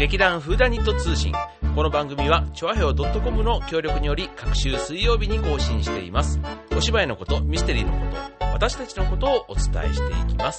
劇団フーダニット通信。この番組はチョアヘオ .com の協力により各週水曜日に更新しています。お芝居のこと、ミステリーのこと、私たちのことをお伝えしていきます。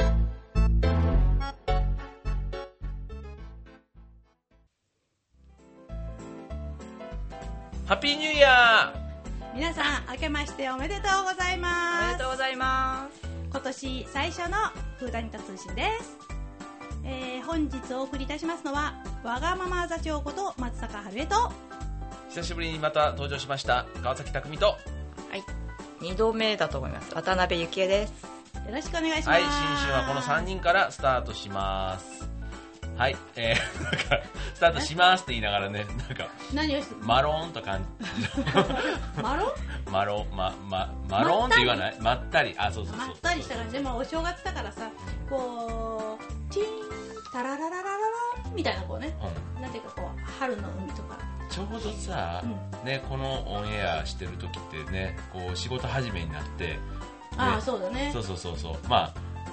ハッピーニューイヤー。 皆さん明けましておめでとうございます。 おめでとうございます。 今年最初のフーダニット通信です。本日お送りいたしますのはわがまま座長こと松坂春江と、 久しぶりにまた登場しました川崎匠と、 はい、2度目だと思います、渡辺幸恵です。 よろしくお願いします。 はい、新春はこの3人からスタートします。はい、なんかスタートしますって言いながらね、なんか何をしてマローンと感じマロマローンって言わない？まったり、あ、そうそうそう、 まったりした感じで、もお正月だからさ、こうチーンタララララララみたいな、こうね、なんていうかこう春の海とかちょうどさ、ね、このオンエアしてる時ってね、こう仕事始めになって、ね、 ああそうだね、 そうまあ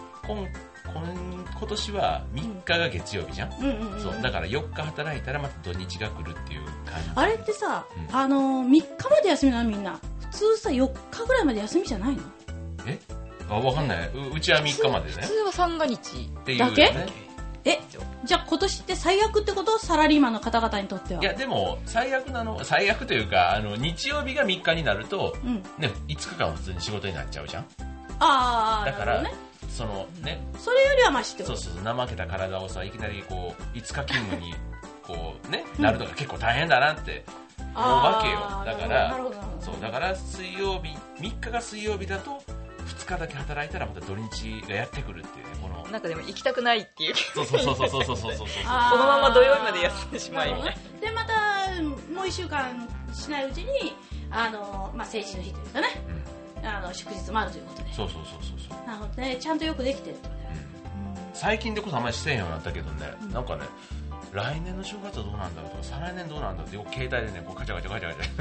今年は3日が月曜日じゃん、そうだから4日働いたらまた土日が来るっていう感じ。 あれってさ、3日まで休みなの？みんな普通さ4日ぐらいまで休みじゃないの？ 分かんない。うちは3日までね。 普通は三が日っていう、ね、 だけ？じゃあ今年って最悪ってこと？サラリーマンの方々にとっては。 いやでも最悪というか、日曜日が3日になると、ね、5日間普通に仕事になっちゃうじゃん。 ああ、 だから、 ね、 そのね、 それよりはマシってこと。 そう怠けた体をさ、いきなりこう5日勤務にこうね、なるとか結構大変だなって思うわけよ。だからそうだから水曜日3日が水曜日だと2日だけ働いたらまた土日がやってくるっていうね、このなんかでも行きたくないっていう、 そうこのまま土曜日まで休んでしまいみたいな。でまたもう1週間しないうちに成人の日というかね、祝日もあるということで。そうなるほどね、ちゃんとよくできてるってことね。 最近でこそあんまりしてへんようになったけどね、なんかね、来年の正月はどうなんだろうとか、再来年どうなんだろうって、よく携帯でね、こうカチャカチャ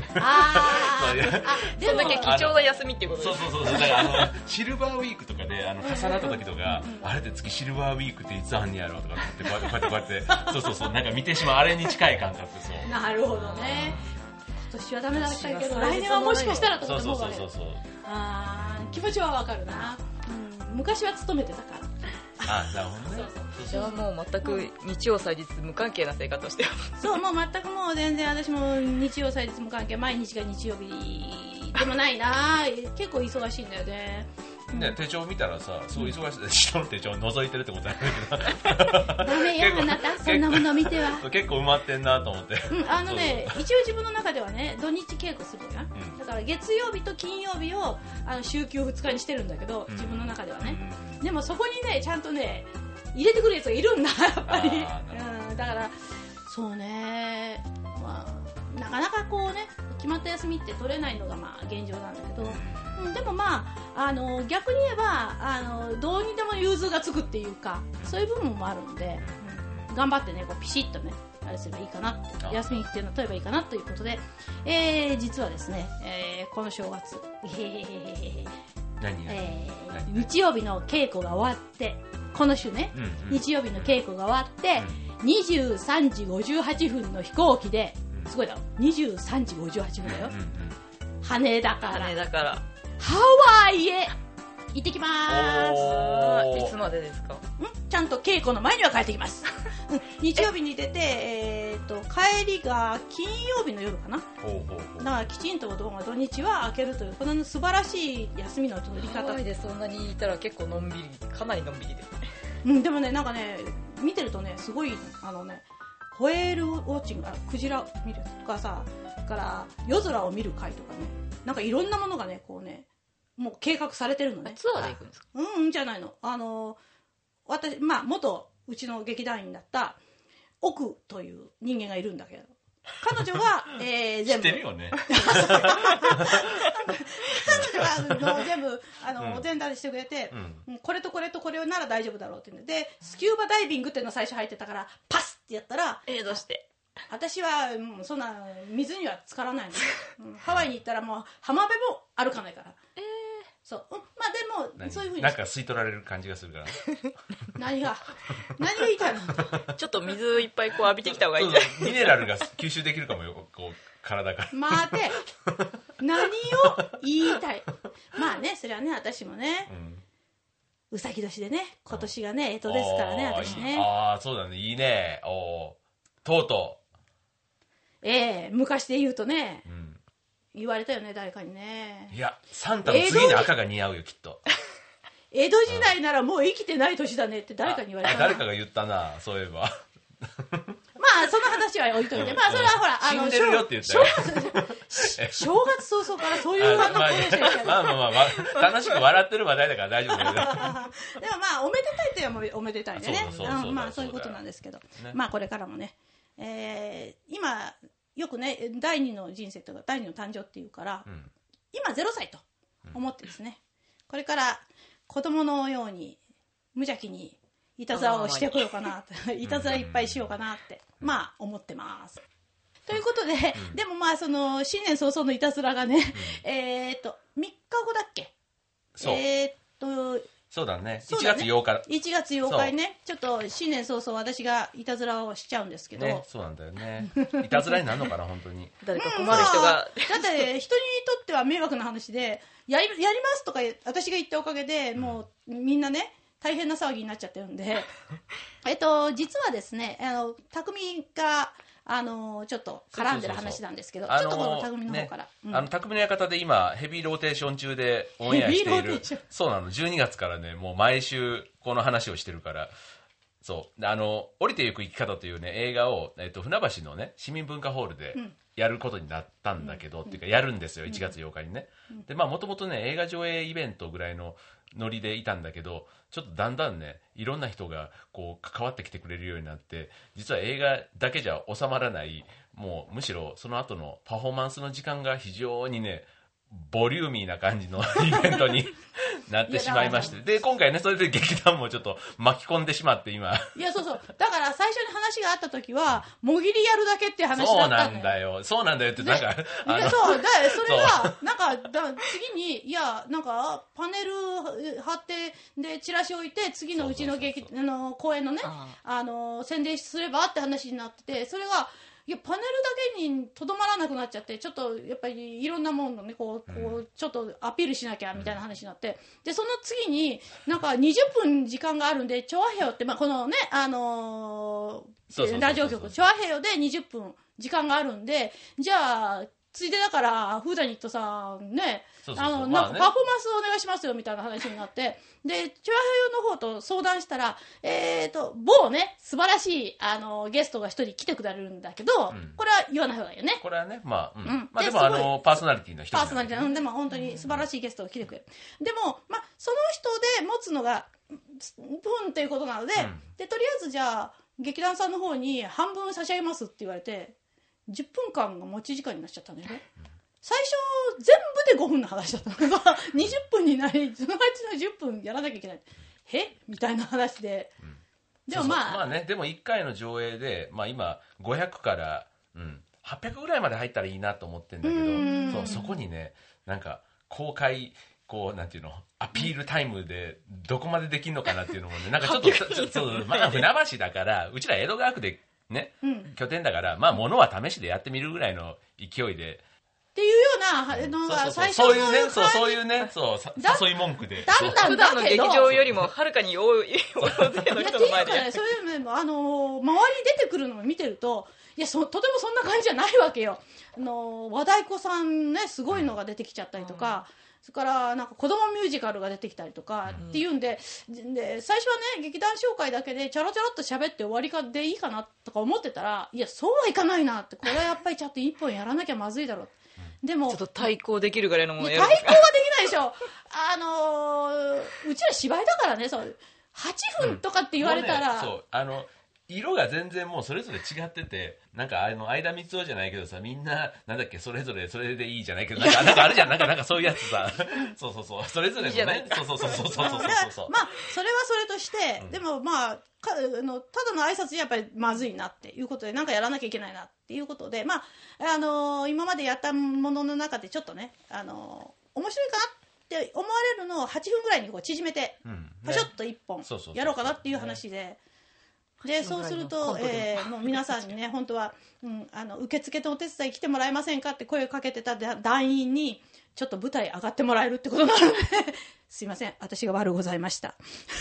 そんだけ貴重な休みっていうことです。 そうだからシルバーウィークとかで重なった時とか、あれで次シルバーウィークっていつあんねやろとかってこうやってそうなんか見てしまう、あれに近い感覚。そうなるほどね。今年はダメだったけど来年はもしかしたらとかって思うわけ。気持ちはわかるな。昔は勤めてたから。 なるほどね。 じゃあもう全く日曜祭日無関係な生活をしてます。 そう、もう全くもう全然私も日曜祭日無関係、毎日が日曜日でもないな。結構忙しいんだよね。 手帳見たらさ、すごい忙しい人の手帳を覗いてるってことなんだけどダメよあなた、そんなもの見ては結構埋まってんなと思って、 一応自分の中ではね、土日稽古するじゃん、だから月曜日と金曜日を週休2日にしてるんだけど、自分の中ではね、でもそこにねちゃんとね入れてくるやつがいるんだやっぱり。だからそうね、なかなかこうね決まった休みって取れないのが現状なんだけど、でも逆に言えばどうにでも融通がつくっていうか、そういう部分もあるんで、頑張ってねこうピシッとねあれすればいいかなって、休みっていうのを取ればいいかなということで、実はですね、この正月日曜日の稽古が終わって、この週ね、日曜日の稽古が終わって、23時58分の飛行機で、すごいだろ、23時58分だよ、羽田からハワイへ行ってきまーす。いつまでですか？ ちゃんと稽古の前には帰ってきます日曜日に出て、帰りが金曜日の夜かな。だからきちんと土日は開けるという、この素晴らしい休みの取り方。 ハワイでそんなにいたら結構のんびり、かなりのんびりですね。 でもね、なんかね見てるとね、すごいホエールウォッチング、クジラ見るとかさ、から夜空を見る会とかね、なんかいろんなものがねこうねもう計画されてるのね。 ツアーで行くんですか？ じゃないの。私元うちの劇団員だった奥という人間がいるんだけど、彼女が、全部知ってるよね彼女が全部全体してくれて、これとこれとこれなら大丈夫だろうって言うんで、スキューバダイビングっていうの最初入ってたからパスってやったら、 どうして私はそんな水には浸からないの、ハワイに行ったらもう浜辺も歩かないから、そう、でもうそういうふうになんか吸い取られる感じがするから何が言いたいのちょっと水いっぱいこう浴びてきた方がいいんじゃない？ ミネラルが吸収できるかもよ、こう体から。 待て何を言いたい。まあね、それはね、私もね、うさぎ年でね、今年がね、干支ですからね、私ね。 ああ、そうだね、いいね。とうとう昔で言うとね、言われたよね、誰かにね。 いや、サンタの次に赤が似合うよ、きっと。 江戸時代ならもう生きてない年だねって誰かに言われたな。 誰かが言ったな、そういえば。 まあその話は置いといて、まあそれはほら死んでるよって言ったよ。 正月早々からそういう反応でしたけど、 まあ楽しく笑ってる話題だから大丈夫だよね。 でもまあおめでたいっていうのはおめでたいんでね、まあそういうことなんですけど、まあこれからもね、今よくね第二の人生とか第二の誕生っていうから、今0歳と思ってですね、これから子供のように無邪気にいたずらをしてこようかなっていたずらいっぱいしようかなってまあ思ってます。ということで、でもまあその新年早々のいたずらがね、3日後だっけ？ そうだね。1月8日。 1月8日にね、ちょっと新年早々私がいたずらをしちゃうんですけど。 ね、そうなんだよね。いたずらになるのかな、本当に。 誰か困る人が。 だって人にとっては迷惑な話で、やりますとか私が言ったおかげで、もうみんなね、大変な騒ぎになっちゃってるんで、実はですね、匠が、ちょっと絡んでる話なんですけど、ちょっとこの匠の方から。 匠の館で今、ヘビーローテーション中でオンエアしている、そうなの、12月からね、もう毎週この話をしてるから、そう、降りてゆく生き方というね、映画を、船橋のね、市民文化ホールでやることになったんだけど、っていうか、やるんですよ、1月8日にね。で、まあ、もともとね、映画上映イベントぐらいのノリでいたんだけど、ちょっとだんだんね、いろんな人がこう関わってきてくれるようになって、実は映画だけじゃ収まらない、もうむしろその後のパフォーマンスの時間が非常にね、ボリューミーな感じのイベントになってしまいまして、で今回ね、それで劇団もちょっと巻き込んでしまって今、 いやそうだから最初に話があった時はもぎりやるだけっていう話だったんだよ。 そうなんだよって、なんかそうだそれがなんか次にいやなんかパネル貼ってでチラシ置いて次のうちの公演のね宣伝すればって話になってて、それがいやパネルだけにとどまらなくなっちゃって、ちょっとやっぱりいろんなものねこうちょっとアピールしなきゃみたいな話になって、でその次になんか20分時間があるんでチョアヘヨって、まあ、このねラジオ局チョアヘヨで20分時間があるんで、じゃあついでだからフーダニットさんね、なんかパフォーマンスお願いしますよみたいな話になって、でチョアヘヨの方と相談したら某ね素晴らしいゲストが一人来てくれるんだけど、これは言わない方がいいよね。 これはねまあでもパーソナリティの人パーソナリティでも本当に素晴らしいゲストが来てくれる。でもまあその人で持つのが分っていうことなので、でとりあえずじゃあ劇団さんの方に半分差し上げますって言われて、10分間が持ち時間になっちゃったんだよね。最初全部で5分の話だったのが20分になり、そのうちの10分やらなきゃいけない。みたいな話で、でもまあね、でも1回の上映で、まあ、今500から、800ぐらいまで入ったらいいなと思ってるんだけど、そこにねなんか公開こうなんていうのアピールタイムでどこまでできるのかなっていうのもね、なんかちょっとまあ船橋だからうちら江戸川区でね、拠点だからまあ物は試しでやってみるぐらいの勢いでっていうようなのが最初のそういうね誘い文句で普段の劇場よりもはるかに多い大勢の人の前でやって、 そういうの周り出てくるのを見てると、いやとてもそんな感じじゃないわけよ。和太鼓さんねすごいのが出てきちゃったりとか、それからなんか子供ミュージカルが出てきたりとかっていうんで、最初はね劇団紹介だけでチャラチャラっと喋って終わりでいいかなとか思ってたら、いやそうはいかないなって、これはやっぱりちゃんと一本やらなきゃまずいだろう。でもちょっと対抗できるぐらいのものやるんですか？対抗はできないでしょ。うちら芝居だからね、そう8分とかって言われたら、 色が全然もうそれぞれ違ってて、なんか相田光雄じゃないけどさ、みんななんだっけそれぞれそれでいいじゃないけど、なんかあるじゃん、なんかそういうやつさそうそれぞれのね、そうまあそれはそれとして、でもまあただの挨拶じゃやっぱりまずいなっていうことで、なんかやらなきゃいけないなっていうことで、まあ今までやったものの中でちょっとね面白いかなっって思われるのを8分ぐらいにこう縮めて、パショッと1本やろうかなっていう話で、でそうすると、もう皆さんにね本当は、受付とお手伝い来てもらえませんかって声をかけてた団員にちょっと舞台上がってもらえるってことなのですいません、私が悪ございました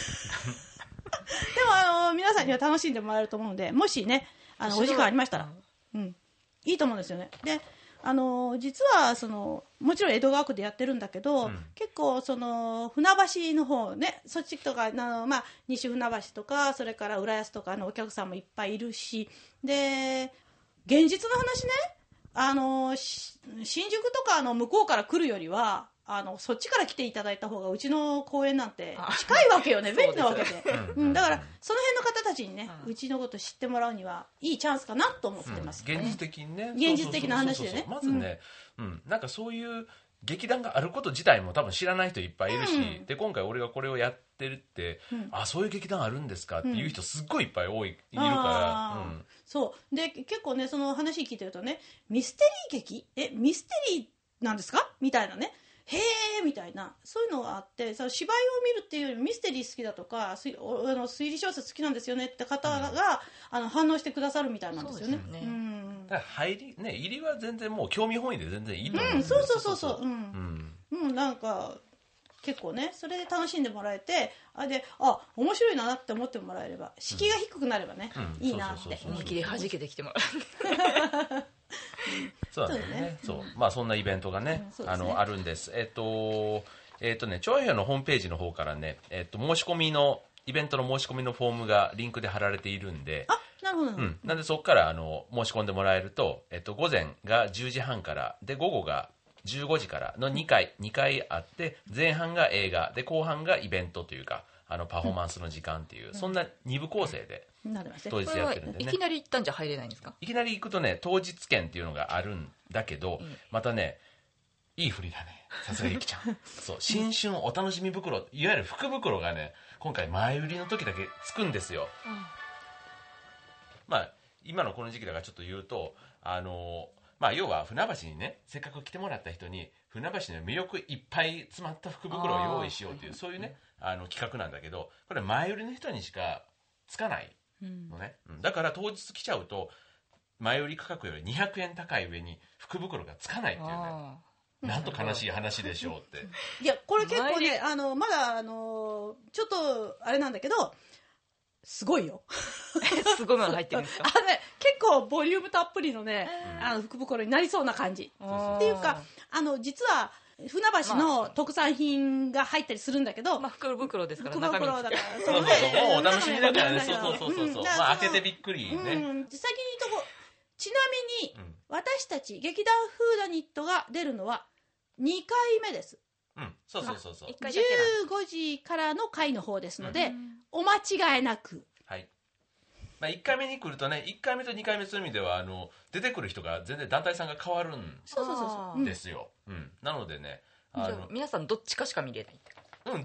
でも皆さんには楽しんでもらえると思うので、もしねお時間ありましたら、いいと思うんですよね。で実はもちろん江戸川区でやってるんだけど、結構船橋の方ね、そっちとか西船橋とかそれから浦安とかのお客さんもいっぱいいるし、で現実の話ね、新宿とか向こうから来るよりはそっちから来ていただいた方がうちの公園なんて近いわけよね、便利なわけで、だからその辺の方たちにね、うちのこと知ってもらうにはいいチャンスかなと思ってます、 現実的にね、 現実的な話でね、 まずね、なんかそういう劇団があること自体も多分知らない人いっぱいいるし、で今回俺がこれをやってるって、あ、そういう劇団あるんですかっていう人すっごいいっぱいいるから、 そうで結構ねその話聞いてるとね、ミステリー劇ミステリーなんですかみたいなね、へーみたいな、そういうのがあって、その芝居を見るっていうよりミステリー好きだとか推理小説好きなんですよねって方が、反応してくださるみたいなんですよね。 だから入りは全然もう興味本位で全然いいと思う。 そうなんか結構ねそれで楽しんでもらえて、面白いなって思ってもらえれば、敷居が低くなればね、いいなって思い切り弾けてきてもらうそうだね。そんなイベントがね、あるんです。調和表のホームページの方からね、申し込みのイベントの申し込みのフォームがリンクで貼られているんで、 なるほど。 なんでそこから申し込んでもらえると、午前が10時半からで午後が15時からの2回あって、前半が映画で後半がイベントというかパフォーマンスの時間っていう、そんな2部構成で当日やってるんでね。 いきなり行ったんじゃ入れないんですか？ いきなり行くとね、当日券っていうのがあるんだけど、またねいい振りだね、さすがゆきちゃんそう、新春お楽しみ袋、いわゆる福袋がね今回前売りの時だけつくんですよ。今のこの時期だからちょっと言うと、要は船橋にね、せっかく来てもらった人に船橋の魅力いっぱい詰まった福袋を用意しようという、そういうね企画なんだけど、これ前売りの人にしかつかないのね、だから当日来ちゃうと前売り価格より200円高い上に福袋がつかないっていうね、なんと悲しい話でしょうって。 いやこれ結構ねまだちょっとあれなんだけど、すごいよすごいのが入ってるんですか？ 結構ボリュームたっぷりのね、福袋になりそうな感じっていうか、実は船橋の特産品が入ったりするなみに、 福袋ですから福袋だからそうもうお楽しみだからね、そう開けてびっくりね、先に言うとちなみに、私たち劇団フーダニットが出るのは2回目です。 そう 15時からの回の方ですので、お間違いなく。 1回目に来るとね、1回目と2回目する意味では出てくる人が全然団体さんが変わるんですよ。なのでね、 皆さんどっちかしか見れないって。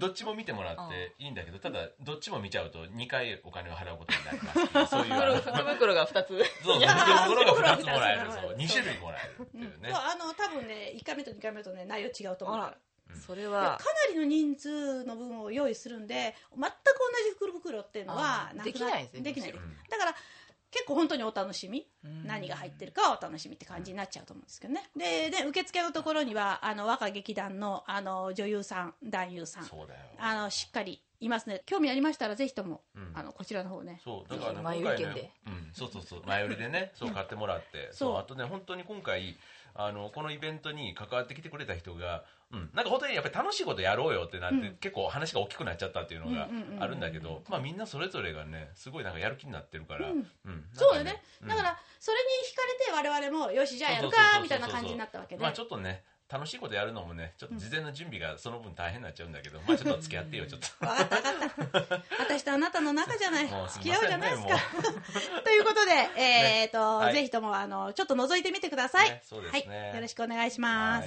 どっちも見てもらっていいんだけど、ただどっちも見ちゃうと2回お金を払うことになります。そういう福袋が2つ。 福袋が2つもらえる、2種類もらえるっていうね。 多分ね1回目と2回目とね内容違うと思うから。 それはかなりの人数の分を用意するんで、全く同じ福袋っていうのはできないですね。 できない。だから結構本当にお楽しみ、何が入ってるかお楽しみって感じになっちゃうと思うんですけどね。で受付のところには若劇団の女優さん、男優さん、しっかりいますね。興味ありましたらぜひとも、こちらの方ね。 だから前売り券で、 前売りでね、買ってもらって、あとね本当に今回このイベントに関わってきてくれた人が、なんか本当にやっぱり楽しいことやろうよってなって、結構話が大きくなっちゃったっていうのがあるんだけど、みんなそれぞれがねすごいなんかやる気になってるから、 そうだね、だからそれに惹かれて我々もよしじゃあやるかみたいな感じになったわけで、 ちょっとね楽しいことやるのもね、ちょっと事前の準備がその分大変になっちゃうんだけど、ちょっと付き合ってよ、ちょっと。 分かった私とあなたの仲じゃない、付き合うじゃないですかということで、ぜひともちょっと覗いてみてください。 そうですね、 よろしくお願いします。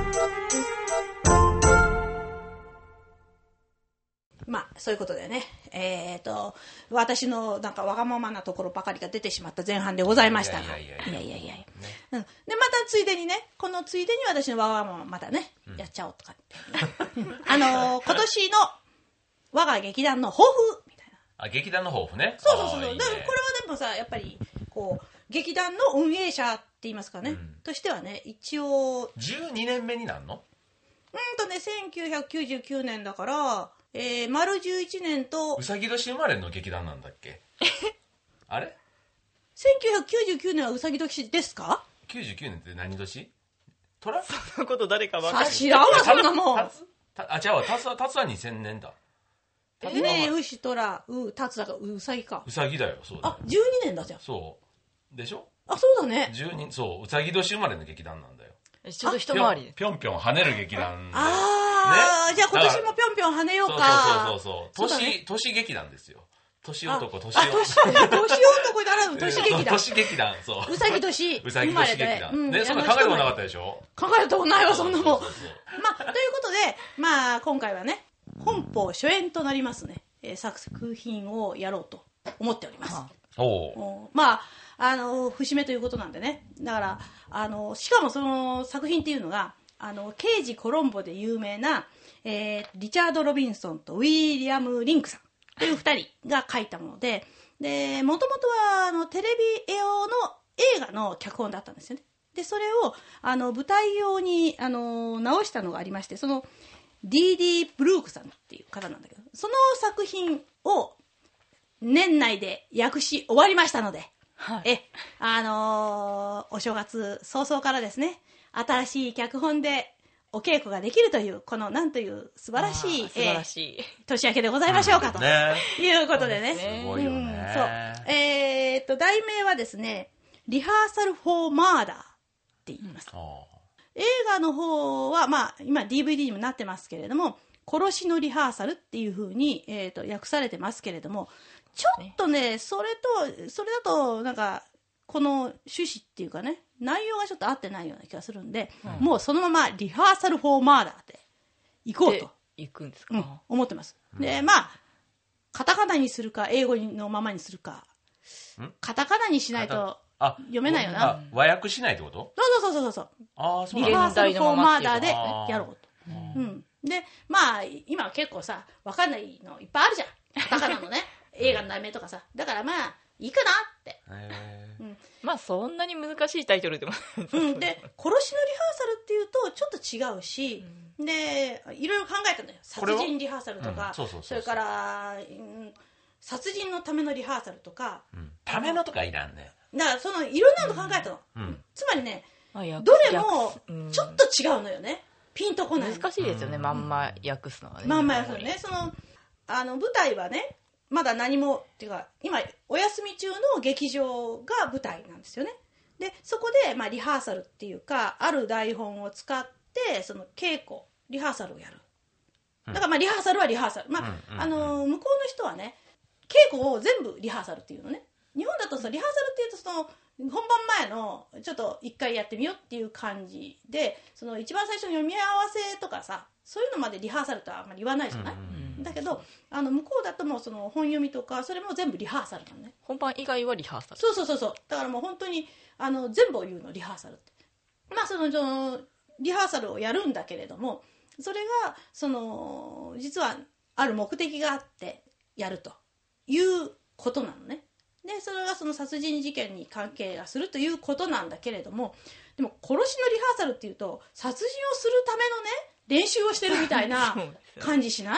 そういうことでね、 私のなんかわがままなところばかりが出てしまった前半でございましたが、いや、でまたついでにね、このついでに私のわがまままたね、やっちゃおうとかって、ね、今年の我が劇団の抱負みたいな。 劇団の抱負ね。 そうだからこれはでもさ、やっぱりこう劇団の運営者って言いますかね、としてはね、一応 12年目になるの 1999年だから、丸11年と。 うさぎ年生まれの劇団なんだっけあれ 1999年はうさぎ年ですか ？99年って何年？虎？ そんなこと誰か分かる？ 知らんわ、そんなもん。 違うわ、タツは2000年だ。 牛、虎、タツだからうさぎか。 うさぎだよ、そうだよ。 12年だじゃん。 そうでしょ。 そうだね。 そう、うさぎ年生まれの劇団なんだよ。 ちょっと一回りぴょんぴょん跳ねる劇団。 じゃあ今年もぴょんぴょん跳ねようか。 そう年劇団ですよ。年男、年男にならぬ年劇団。 年劇団、そう。 うさぎ年生まれで。 ね、そんな考えたことなかったでしょ？ 考えたことないわ、そんなもん。ということで、今回はね、本邦初演となりますね、作品をやろうと思っております。節目ということなんでね。だからしかもその作品っていうのが刑事コロンボで有名な、リチャード・ロビンソンとウィリアム・リンクさんという2人が書いたもので、もともとはテレビ用の映画の脚本だったんですよね。でそれを舞台用に直したのがありまして、そのD.D. ブルークさんっていう方なんだけど、その作品を年内で訳し終わりましたので、お正月早々からですね、新しい脚本でお稽古ができるという、このなんという素晴らしい年明けでございましょうかということでね。 すごいよね。 題名はですね、リハーサル・フォー・マーダーって言います。映画の方は、今 DVD にもなってますけれども、殺しのリハーサルっていう風に、訳されてますけれども、ちょっとね、それだとなんかこの趣旨っていうかね、内容がちょっと合ってないような気がするんで、もうそのままリハーサル・フォー・マーダーで行こうと行くんですか、 思ってます。でカタカナにするか英語のままにするか、カタカナにしないと読めないよな。 和訳しないってこと？ そうリハーサル・フォー・マーダーでやろうと。で今結構さ、分かんないのいっぱいあるじゃん、カタカナのね映画の題名とかさ。だからいいかなって。 そんなに難しいタイトルでもで、殺しのリハーサルっていうとちょっと違うし、でいろいろ考えたんだよ。殺人リハーサルとか、それから殺人のためのリハーサルとか、 ためのとかいらんね。 だからいろんなの考えたの、つまりね、どれもちょっと違うのよね。ピンとこない。 難しいですよね、まんま訳すのはね。 まんま訳すのね。舞台はね、まだ何もっていうか、今お休み中の劇場が舞台なんですよね。でそこでリハーサルっていうか、ある台本を使ってその稽古リハーサルをやる。だからリハーサルはリハーサル、向こうの人はね、稽古を全部リハーサルっていうのね。日本だとリハーサルっていうと本番前のちょっと一回やってみようっていう感じで、一番最初の読み合わせとかさ、そういうのまでリハーサルとはあんまり言わないじゃない、だけど向こうだともう本読みとかそれも全部リハーサルなのね。 本番以外はリハーサル。 そうだからもう本当に全部を言うの、リハーサルって。リハーサルをやるんだけれども、それが実はある目的があってやるということなのね。でそれが殺人事件に関係がするということなんだけれども、でも殺しのリハーサルっていうと殺人をするためのね練習をしてるみたいな感じしない？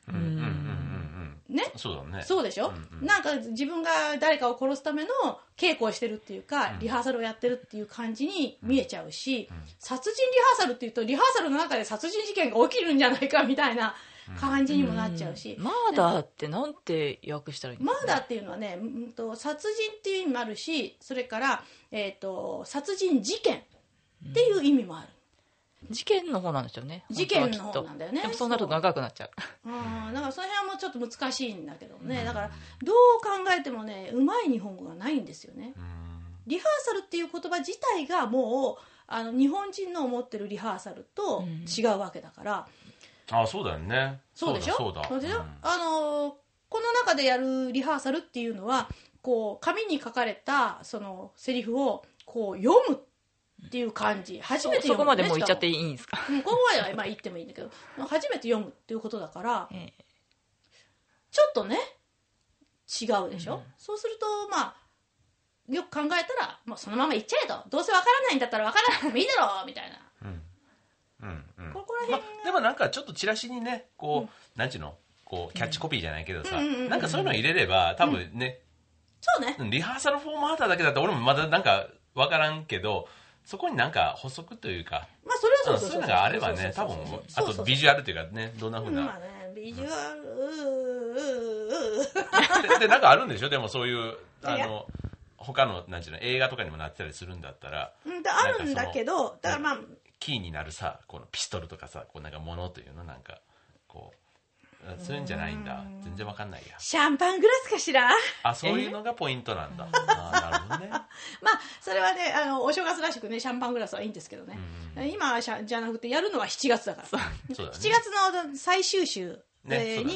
ね、 そうだね。 そうでしょ、なんか自分が誰かを殺すための稽古をしてるっていうか、リハーサルをやってるっていう感じに見えちゃうし、殺人リハーサルっていうとリハーサルの中で殺人事件が起きるんじゃないかみたいな感じにもなっちゃうし、 マーダーってなんて訳したらいいんですか？ マーダーっていうのはね、殺人っていう意味もあるし、それから、殺人事件っていう意味もある。 事件の方なんですよね。 事件の方なんだよね。 でもそうなると長くなっちゃう。 だからその辺はもうちょっと難しいんだけどね。だからどう考えてもね、うまい日本語がないんですよね。リハーサルっていう言葉自体がもう日本人の思ってるリハーサルと違うわけだから。 そうだよね。 そうでしょ。そうでしょ。 この中でやるリハーサルっていうのはこう紙に書かれたそのセリフをこう読むっていう感じ。初めて読む、ね、 そこまでもう言っちゃっていいんですか？ ここまではまあ言ってもいいんだけど初めて読むっていうことだから、ちょっとね違うでしょ、そうするとまあよく考えたらもうそのまま言っちゃえと、どうせわからないんだったらわからなくてもいいだろうみたいな、ここら辺、 でもなんかちょっとチラシにねこう、なんちゅうのこうキャッチコピーじゃないけどさ、なんかそういうの入れれば多分ね、 そうね、 リハーサルフォーマットだけだったら俺もまだなんかわからんけど、そこになんか補足というか、 まあそれはそういうのがあればね、多分あとビジュアルというかね、どんな風な、 まあね、ビジュアルでなんかあるんでしょ、でもそういう他のなんていうの映画とかにもなってたりするんだったら、 あるんだけど、だからまあキーになるさ、このピストルとかさ、こうなんか物というのなんかこうそういうんじゃないんだ、全然わかんないや。 シャンパングラスかしら。 あ、そういうのがポイントなんだ。なるほどね。 まあそれはねお正月らしくねシャンパングラスはいいんですけどね、今じゃなくてやるのは7月だから、そうだね、7月の最終週に、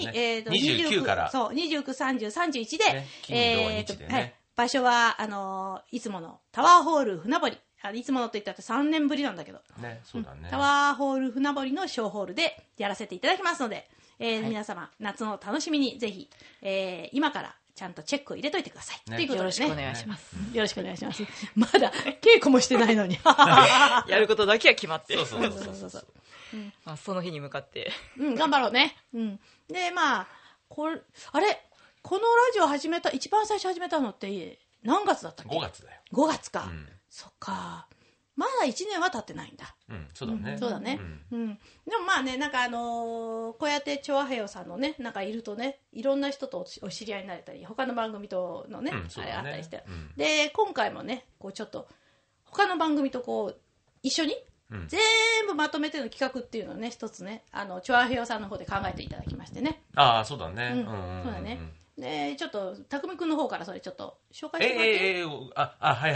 29からそう29、30、31で、 ね、金土日でね、 はい、場所はいつものタワーホール船堀、いつものといったって3年ぶりなんだけど、 ね、そうだね、 タワーホール船堀の小ホールでやらせていただきますので、皆様夏の楽しみにぜひ、今からちゃんとチェックを入れといてください、ということで、ね、 よろしくお願いします、 よろしくお願いします。まだ稽古もしてないのにやることだけは決まってる。 そうまあその日に向かって、 頑張ろうね、でまあこのラジオ始めた一番最初始めたのって何月だったっけ？ 5月だよ。 5月か、そっか、まだ1年は経ってないんだ。 そうだね。 そうだね。でもまあね、なんかこうやってチョアヘヨさんのね、なんかいるとね、いろんな人とお知り合いになれたり、他の番組とのね、あれあったりして、で今回もね、こうちょっと他の番組とこう一緒に全部まとめての企画っていうのをね、一つね、チョアヘヨさんの方で考えていただきましてね。 ああ、そうだね。 そうだね。でちょっと匠くんの方からそれちょっと紹介してもらって。 はい。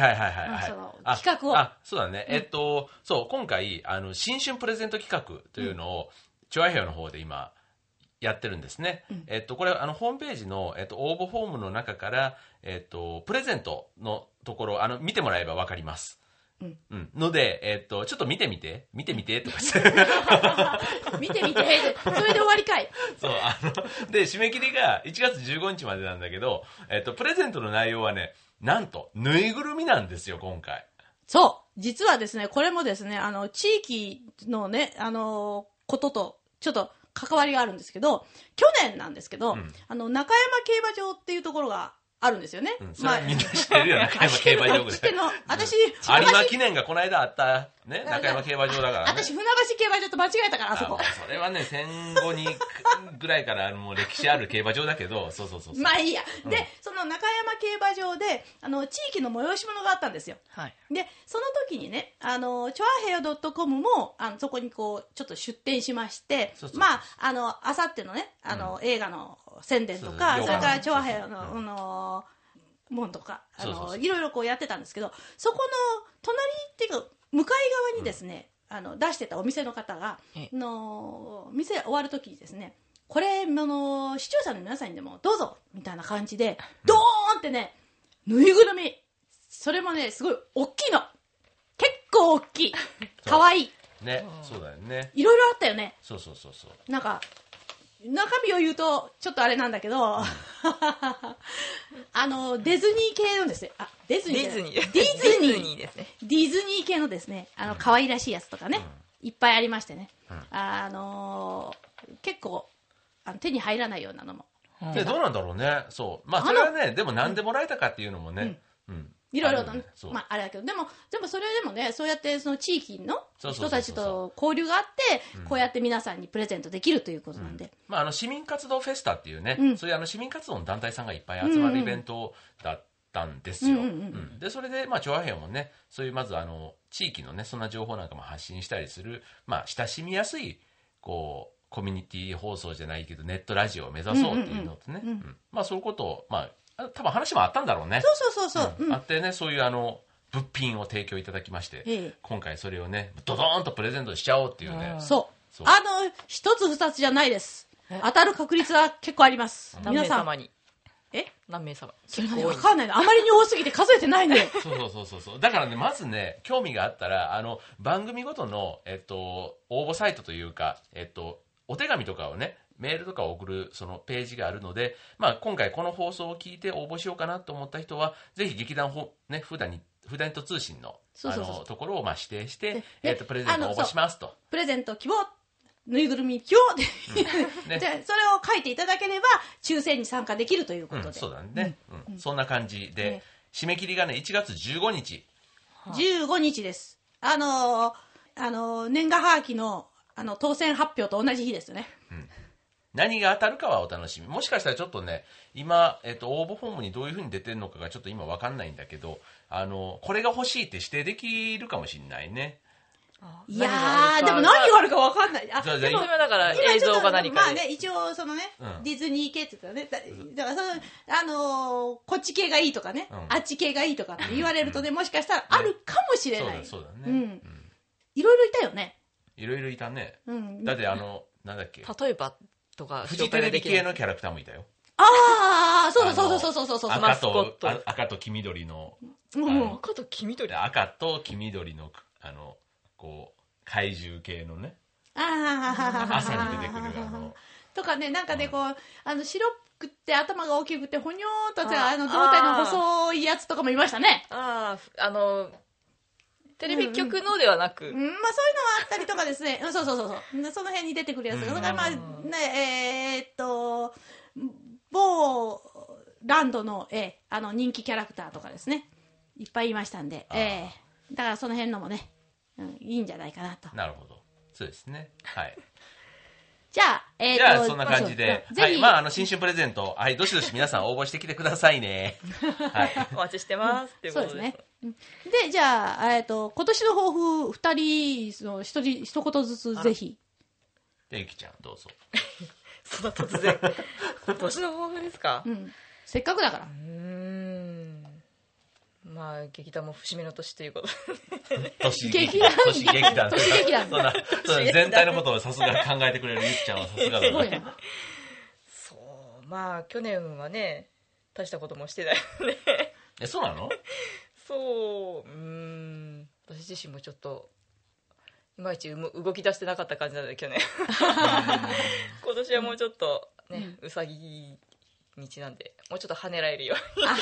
その企画を。 そうだね。そう今回新春プレゼント企画というのをチョアヘヨの方で今やってるんですね。これホームページの応募フォームの中からプレゼントのところ見てもらえばわかります。ので、ちょっと見てみてとかして見てそれで終わりかい。 そうで締め切りが1月15日までなんだけど、プレゼントの内容はね、なんとぬいぐるみなんですよ今回。 そう実はですね、これもですね地域のねこととちょっと関わりがあるんですけど、去年なんですけど、中山競馬場っていうところがあるんですよね。 それはみんな知ってるよ、中山競馬場ぐらい。 私、 有馬記念がこの間あったね、中山競馬場だからね。 私、船橋競馬場と間違えたから、あそこ。 それはね、戦後にぐらいからもう歴史ある競馬場だけど、そう。 まあいいや。で、その中山競馬場で、地域の催し物があったんですよ。で、その時にね、チョアヘヨ .com も、そこにこう、ちょっと出店しまして、まあ、あさってのね、映画の宣伝とか、それからチョアヘヨの、門とかいろいろこうやってたんですけど、そこの隣っていうか向かい側にですね、出してたお店の方が店終わる時にですね、これ視聴者の皆さんにでもどうぞみたいな感じでドーンってね、ぬいぐるみ、それもねすごい大きいの、結構大きい、かわいいね、そうだよね、 いろいろあったよね。 そうなんか中身を言うとちょっとあれなんだけど、ディズニー系のですね、ディズニーですね、ディズニー系のですね、可愛らしいやつとかね、いっぱいありましてね、結構手に入らないようなのも。 でどうなんだろうね。そうまあそれはね、でも何でもらえたかっていうのもね、 いろいろと、まああれだけど、でもそれでもね、そうやってその地域の人たちと交流があって、こうやって皆さんにプレゼントできるということなんで、 まあ市民活動フェスタっていうね、そういう市民活動の団体さんがいっぱい集まるイベントだったんですよ。でそれでチョアヘヨもね、そういうまず地域のねそんな情報なんかも発信したりする、まあ親しみやすいこうコミュニティ放送じゃないけどネットラジオを目指そうっていうのとね、まあそういうことを多分話もあったんだろうね。 そう、 あってね、そういう物品を提供いただきまして、今回それをねドドーンとプレゼントしちゃおうっていうね。 そう一つ二つじゃないです。 当たる確率は結構あります。 何名様に。 何名様。 それわかんないの。あまりに多すぎて数えてないんだよ。 そう。だからね、まずね、興味があったら、番組ごとの、応募サイトというか、お手紙とかをね、メールとかを送るそのページがあるので、まあ、今回この放送を聞いて応募しようかなと思った人は、ぜひ劇団ね、フダニット通信のところをまあ指定して、プレゼントを応募しますと。 プレゼント希望、ぬいぐるみ希望で、ね、じゃあそれを書いていただければ抽選に参加できるということで、 そうだね、そんな感じで、締め切りがね1月15日 15日です。年賀はがきの当選発表と同じ日ですよね。 何が当たるかはお楽しみ。もしかしたらちょっとね、今、応募フォームにどういう風に出てるのかがちょっと今わかんないんだけど、これが欲しいって指定できるかもしれないね。 いやー、でも何があるかわかんない。 それはだから映像か何かで。 まあね、一応そのね、ディズニー系って言ったらね、だからこっち系がいいとかね、あっち系がいいとかって言われるとね、もしかしたらあるかもしれない。 そうだね。 いろいろいたよね。 いろいろいたね。だってなんだっけ。 例えばとか、 フジテレビ系のキャラクターもいたよ。 ああ、そう。 赤と黄緑の。 赤と黄緑赤と黄緑の、こう、怪獣系のね。朝に出てくるとかね、なんかね、こう、白くって頭が大きくて、ほにょーっとさ、胴体の細いやつとかもいましたね。 テレビ局のではなく。 まあそういうのはあったりとかですね。そう。その辺に出てくるやつ。だからまあ、ね、某ランドの、人気キャラクターとかですね。いっぱいいましたんで、だからその辺のもね、いいんじゃないかなと。 なるほど。そうですね。はい。 じゃあ、そんな感じで、はい、まあ、新春プレゼント、はい、どしどし皆さん応募してきてくださいね。はい。 お待ちしてます。っていうことですね。で、じゃあ、今年の抱負、2人の一言ずつぜひ。 で、ゆきちゃん、どうぞ。 そんな突然。今年の抱負ですか？ せっかくだから。 まあ、劇団も節目の年ということ劇団そんな全体のことをさすが考えてくれるゆきちゃんはさすがだね。 そう、まあ去年はね、大したこともしてないので。 そうなの？ そう、私自身もちょっといまいち動き出してなかった感じなので去年。今年はもうちょっとね、うさぎ道なんで、もうちょっと跳ねられるように。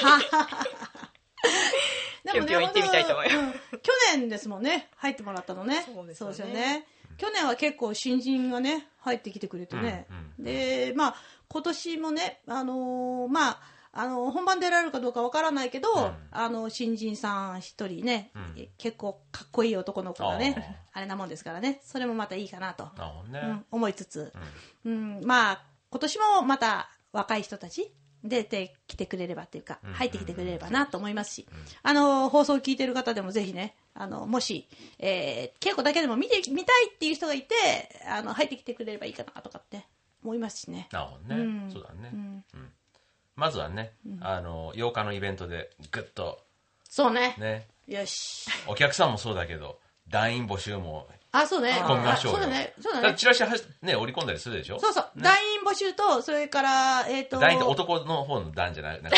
ぴょんぴょん行ってみたいと思います。 去年ですもんね、入ってもらったのね。そうですよね。去年は結構新人がね、入ってきてくれてね。で、まあ、今年もね、まあ、本番出られるかどうかわからないけど、新人さん一人ね、結構かっこいい男の子がね、あれなもんですからね、それもまたいいかなと思いつつ、まあ、今年もまた若い人たち、出てきてくれればっていうか、入ってきてくれればなと思いますし、放送を聞いてる方でもぜひね、もし、稽古だけでも見たいっていう人がいて、入ってきてくれればいいかなとかって思いますしね。 なるほどね。そうだね。まずはね、8日のイベントでぐっと。 そうね。 ね。 よし。 お客さんもそうだけど、団員募集も。 そうね。 込みましょうよ。 そうだね。 チラシね、織り込んだりするでしょ？ そう。団員募集と、それから、 団員って男の方の団じゃなくて。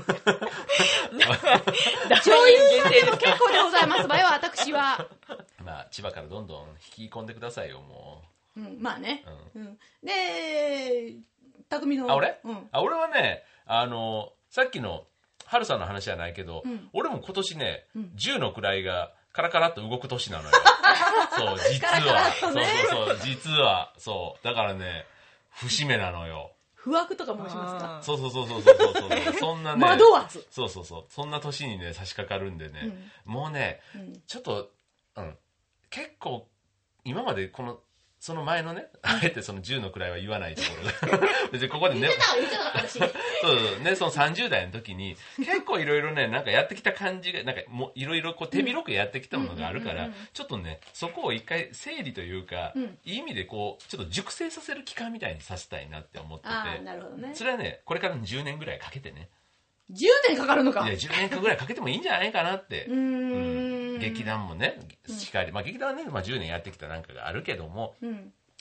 女優さんでも結構でございます。場合は、私は。 まあ、千葉からどんどん引き込んでくださいよ、もう。まあね。で、匠の。 俺はね、さっきの、春さんの話じゃないけど、俺も今年ね、10の位がカラカラっと動く年なのよ。そう、実は。実は。そう。だからね、節目なのよ。 不惑とか申しますか？ そう。そんなね。 惑わず。 そう。そんな年にね、差し掛かるんでね。もうね、ちょっと、結構、今までその前のね、あえてその10の位は言わないところが。別にここでね。 言ってた私。 そうね、その30代の時に、結構いろいろね、なんかやってきた感じが、なんかもういろいろ手広くやってきたものがあるから、ちょっとね、そこを一回整理というか、いい意味でこう、ちょっと熟成させる期間みたいにさせたいなって思ってて。 なるほどね。 それはね、これからの10年ぐらいかけてね。 10年かかるのか。 いや、10年間ぐらいかけてもいいんじゃないかなって。劇団もね、しっかり。まあ劇団はね、10年やってきたなんかがあるけども、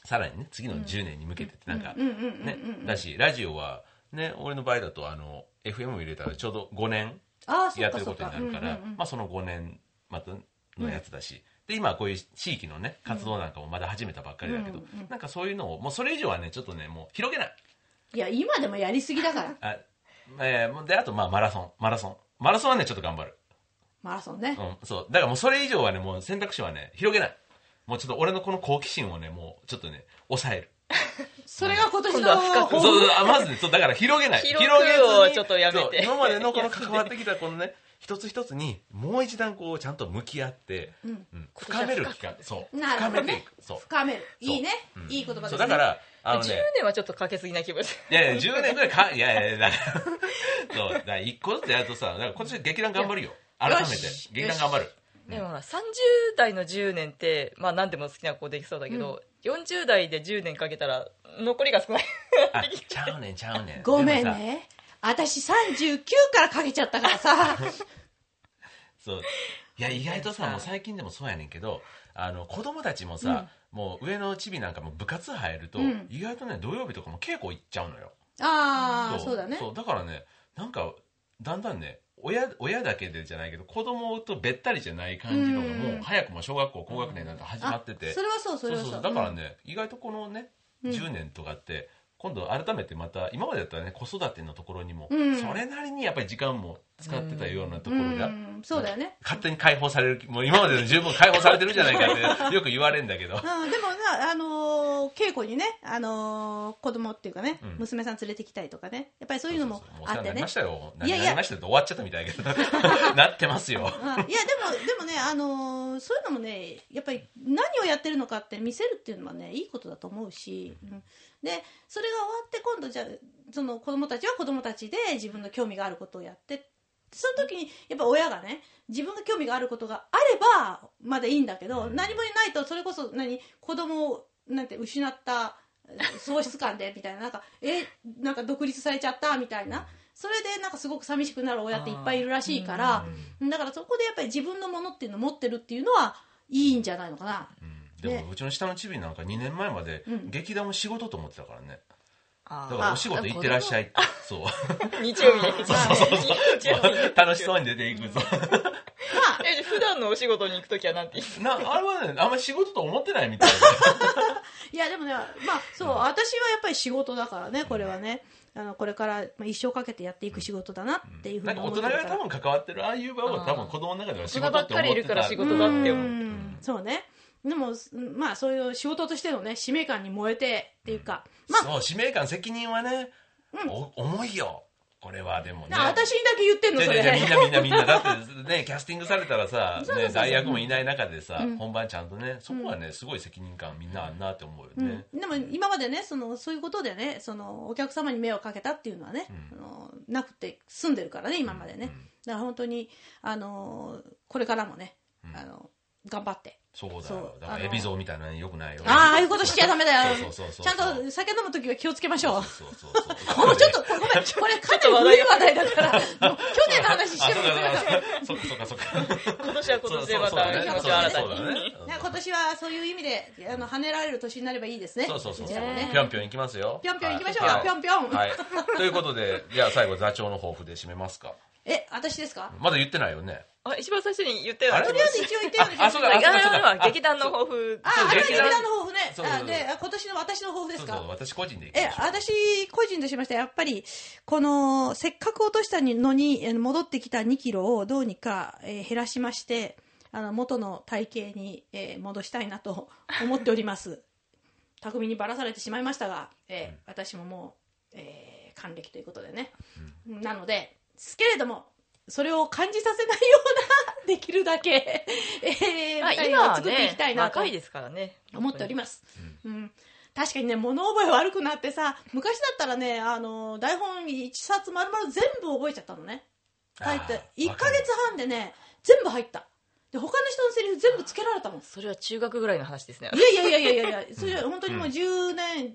さらにね次の10年に向けてなんかねだし、ラジオはね俺の場合だとFM を入れたらちょうど5年やってることになるから、まあその5年またのやつだし、で今こういう地域のね活動なんかもまだ始めたばっかりだけど、なんかそういうのをもうそれ以上はねちょっとねもう広げない。 いや今でもやりすぎだからであとまあマラソンはねちょっと頑張る。 マラソンね、 そうだからもうそれ以上はねもう選択肢はね広げない。もうちょっと俺のこの好奇心をねもうちょっとね抑える。 それが今年のまずねそうだから広げない。 広げをちょっとやめて。 今までのこの関わってきたこのね一つ一つにもう一段こうちゃんと向き合って、深める期間、そう深めていく、そう深める、いいね、いい言葉ですね。 だから 10年はちょっとかけすぎな気分です。 いやいや10年ぐらいいやだからそうだから一個ずつやるとさ、だから今年劇団頑張るよ。改めて劇団頑張る。 でも30代の10年ってまあ何でも好きな子できそうだけど、40代で10年かけたら残りが少ない。 ちゃうねんごめんね、私39からかけちゃったからさそういや意外とさもう最近でもそうやねんけど子供たちもさ、もう上のチビなんかも部活入ると、意外とね土曜日とかも稽古行っちゃうのよ。 そうだね。 そうだからねなんかだんだんね親だけでじゃないけど子供とべったりじゃない感じのがもう早くも小学校高学年なんか始まってて、 それはそうだからね、意外とこのね10年とかって今度改めてまた今までだったらね子育てのところにもそれなりにやっぱり時間も使ってたようなところが、 そうだよね、 勝手に解放される、もう今までで十分解放されてるじゃないかってよく言われるんだけどでも稽古にね、子供っていうかね、娘さん連れてきたりとかね、やっぱりそういうのもあってね。 なりましたよ。なりましたって終わっちゃったみたいだけどなってますよ。いやでもね、そういうのもねやっぱり何をやってるのかって見せるっていうのはねいいことだと思うし、でそれが終わって今度じゃあその子供たちは子供たちで自分の興味があることをやって、その時にやっぱ親がね自分が興味があることがあればまだいいんだけど、何もないとそれこそ子供をなんて失った喪失感でみたいな、なんか独立されちゃったみたいな、それでなんかすごく寂しくなる親っていっぱいいるらしいから、だからそこでやっぱり自分のものっていうのを持ってるっていうのはいいんじゃないのかな。 でもうちの下のチビなんか2年前まで劇団を仕事と思ってたからね。だからお仕事行ってらっしゃいって。そう日曜日ね。 楽しそうに出ていくぞ。 普段のお仕事に行くときはなんて言うあれはね、あんまり仕事と思ってないみたいな。 いやでもね、私はやっぱり仕事だからね、これはね。これから一生かけてやっていく仕事だなっていうふうに思ってるから。 大人が多分関わってるああいう場は多分子供の中では仕事って思ってた。 大人ばっかりいるから仕事だって思う。 そうね。でもそういう仕事としてのね使命感に燃えてっていうか、 そう使命感責任はね、重いよこれは。でもね私にだけ言ってんのそれ。 みんなだってねキャスティングされたらさ、代役もいない中でさ、本番ちゃんとねそこはねすごい責任感みんなあんなって思うよね。 でも今までねそういうことでねお客様に迷惑かけたっていうのはね、なくて済んでるからね今までね。だから本当にこれからもね頑張って。 そうだよ。だから海老蔵みたいなのよくないよ。 ああいうことしちゃダメだよ。 そう。 ちゃんと酒飲むときは気をつけましょう。 そう。 もうちょっとごめん、これかなり古い話題だから、去年の話してもいいかな。そっか。 今年は今年でまた気持ちを新たに。 今年はそういう意味で跳ねられる年になればいいですね。 そう。ぴょんぴょん行きますよ。 ぴょんぴょん行きましょう。ぴょんぴょん。 はい。ということでじゃあ最後座長の抱負で締めますか。 私ですか。 まだ言ってないよね。 一番最初に言ったよね。 とりあえず一応言ってよね。 そうか。 劇団の抱負。 劇団の抱負ね。で今年の私の抱負ですか。 私個人で。 私個人としましてやっぱりこのせっかく落としたのに戻ってきた2キロをどうにか減らしまして元の体型に戻したいなと思っております。巧みにばらされてしまいましたが、私ももう還暦ということでね。なのでですけれども。それを感じさせないようなできるだけ今は作っていきたいなと若いですからね思っております。確かにね物覚え悪くなってさ、昔だったらね台本1冊丸々全部覚えちゃったのね。書いて1ヶ月半でね全部入った。で他の人のセリフ全部つけられたもん。 それは中学ぐらいの話ですね。 いやそれは本当にもう10年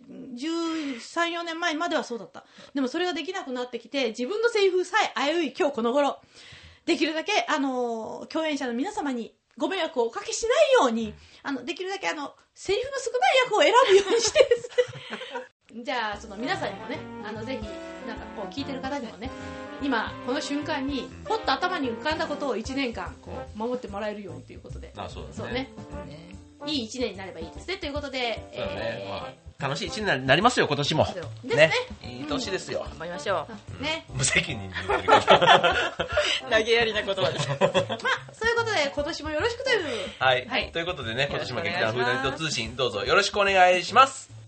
13、14年前まではそうだった。でもそれができなくなってきて自分のセリフさえ危うい今日この頃できるだけ共演者の皆様にご迷惑をおかけしないようにできるだけセリフの少ない役を選ぶようにしてですねじゃあその皆さんにもねぜひなんかこう聞いてる方にもね今この瞬間にポッと頭に浮かんだことを1年間こう守ってもらえるようにということで、 そうねいい1年になればいいですねということで、 楽しい1年になりますよ今年もですね。 いい年ですよ。 頑張りましょう。ね。 無責任に投げやりな言葉です。 そういうことで今年もよろしくという。 はい。ということでね今年も劇団フーダニット通信どうぞよろしくお願いします。